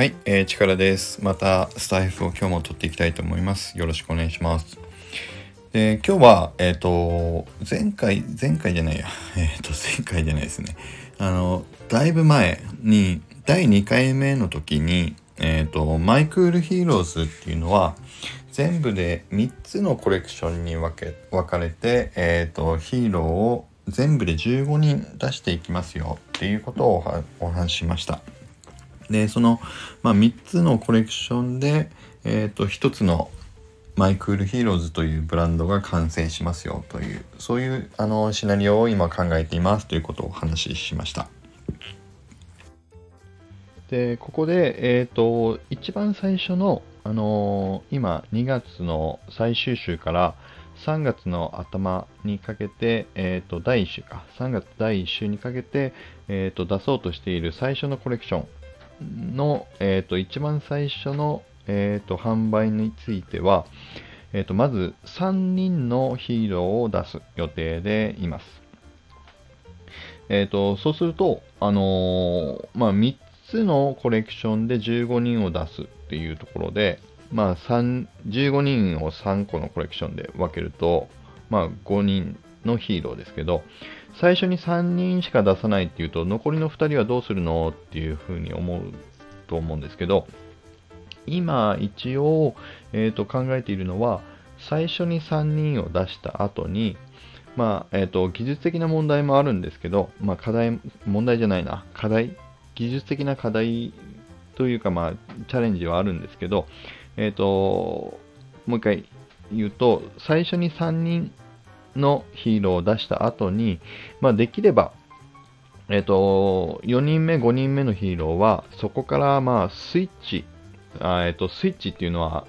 はい、力です。またスタイフを今日も撮っていきたいと思います。よろしくお願いします。で、今日は前回じゃないや、前回じゃないですね。だいぶ前に第2回目の時にマイクールヒーローズっていうのは全部で3つのコレクションに分かれてヒーローを全部で15人出していきますよっていうことをお話ししました。で、その、3つのコレクションで、1つのマイクールヒーローズというブランドが完成しますよという、そういうシナリオを今考えていますということをお話ししました。で、ここで、一番最初の、今2月の最終週から3月の頭にかけて、第1週か、3月第1週にかけて、出そうとしている最初のコレクションの、一番最初の、販売については、まず3人のヒーローを出す予定でいます。そうすると、3つのコレクションで15人を出すっていうところで、15人を3個のコレクションで分けると、5人のヒーローですけど、最初に3人しか出さないっていうと、残りの2人はどうするのっていうふうに思うと思うんですけど、今一応、考えているのは、最初に3人を出した後に、技術的な問題もあるんですけど、技術的な課題というか、チャレンジはあるんですけど、もう一回言うと、最初に3人のヒーローを出した後に、できれば、4人目、5人目のヒーローは、そこからスイッチ、スイッチっていうのは、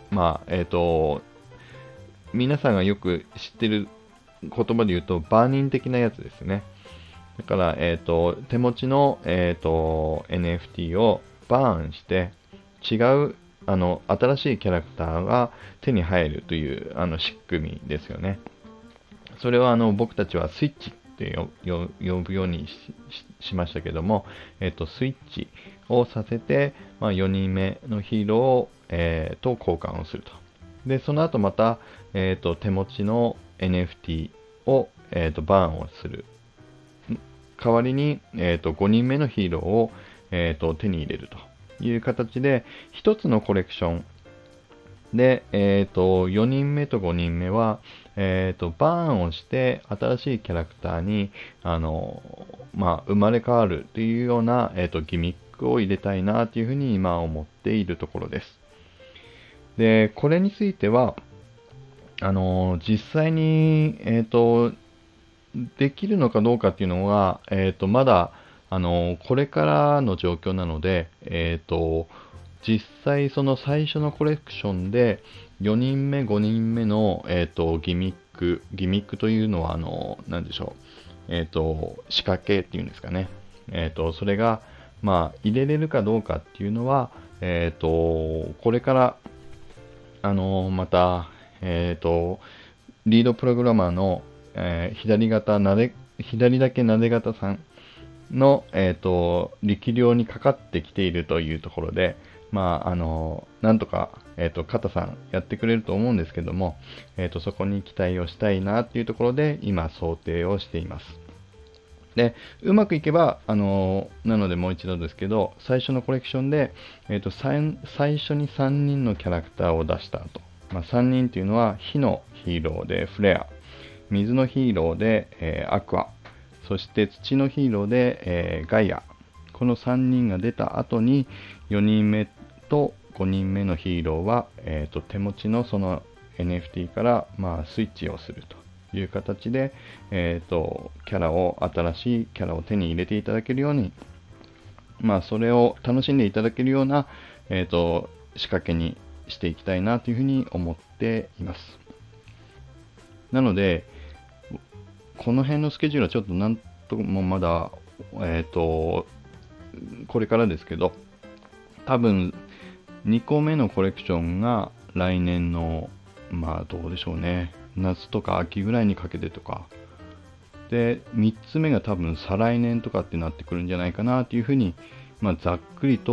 皆さんがよく知ってる言葉で言うと、バーニン的なやつですね。だから、手持ちの、NFT をバーンして、違う、新しいキャラクターが手に入るという、仕組みですよね。それは、僕たちはスイッチって呼ぶようにしましたけども、スイッチをさせて、4人目のヒーローと交換をすると。で、その後また、手持ちの NFT を、バーンをする。代わりに、5人目のヒーローを、手に入れるという形で、1つのコレクションで、4人目と5人目は、バーンをして新しいキャラクターに、生まれ変わるというような、ギミックを入れたいなというふうに今思っているところです。で、これについては、実際に、できるのかどうかっていうのは、まだ、これからの状況なので、実際その最初のコレクションで4人目、5人目の、ギミックというのは、何でしょう、仕掛けっていうんですかね。それが、入れれるかどうかっていうのは、これから、また、リードプログラマーの、左だけなで型さんの、力量にかかってきているというところで、なんとか、肩さんやってくれると思うんですけども、そこに期待をしたいなっていうところで、今想定をしています。で、うまくいけば、なのでもう一度ですけど、最初のコレクションで、最初に3人のキャラクターを出した後、3人っていうのは火のヒーローでフレア、水のヒーローで、アクア、そして土のヒーローで、ガイア。この3人が出た後に4人目と5人目のヒーローは、手持ちのその NFT から、スイッチをするという形で、新しいキャラを手に入れていただけるように、それを楽しんでいただけるような、仕掛けにしていきたいなというふうに思っています。なので、この辺のスケジュールはちょっとなんともまだ、これからですけど、多分2個目のコレクションが来年の、どうでしょうね、夏とか秋ぐらいにかけてとか、で、3つ目が多分再来年とかってなってくるんじゃないかなというふうに、ざっくりと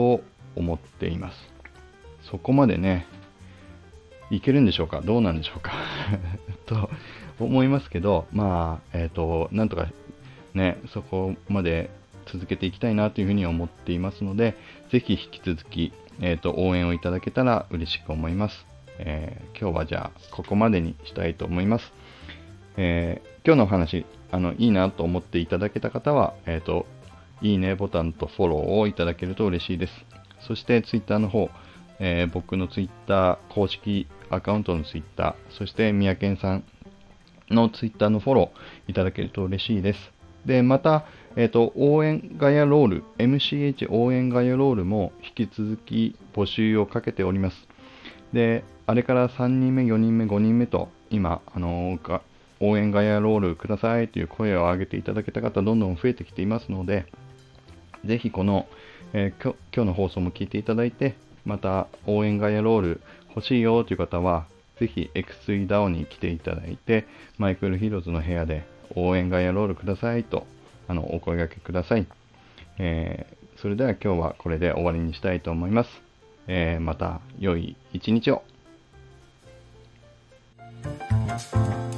思っています。そこまでね、いけるんでしょうか、どうなんでしょうかと思いますけど、まあ、なんとかね、そこまで続けていきたいなというふうに思っていますので、ぜひ引き続き、応援をいただけたら嬉しく思います。今日はじゃあここまでにしたいと思います。今日のお話いいなと思っていただけた方は、いいねボタンとフォローをいただけると嬉しいです。そしてツイッターの方、僕のツイッター公式アカウントのツイッター、そして宮健さんのツイッターのフォローいただけると嬉しいです。で、また、応援ガヤロール、MCH 応援ガヤロールも引き続き募集をかけております。で、あれから3人目、4人目、5人目と、今、応援ガヤロールくださいという声を上げていただけた方、どんどん増えてきていますので、ぜひこの、今日の放送も聞いていただいて、また応援ガヤロール欲しいよという方は、ぜひ X3DAO に来ていただいて、マイクルヒロズの部屋で応援ガヤロールくださいとお声掛けください。それでは今日はこれで終わりにしたいと思います。また良い一日を。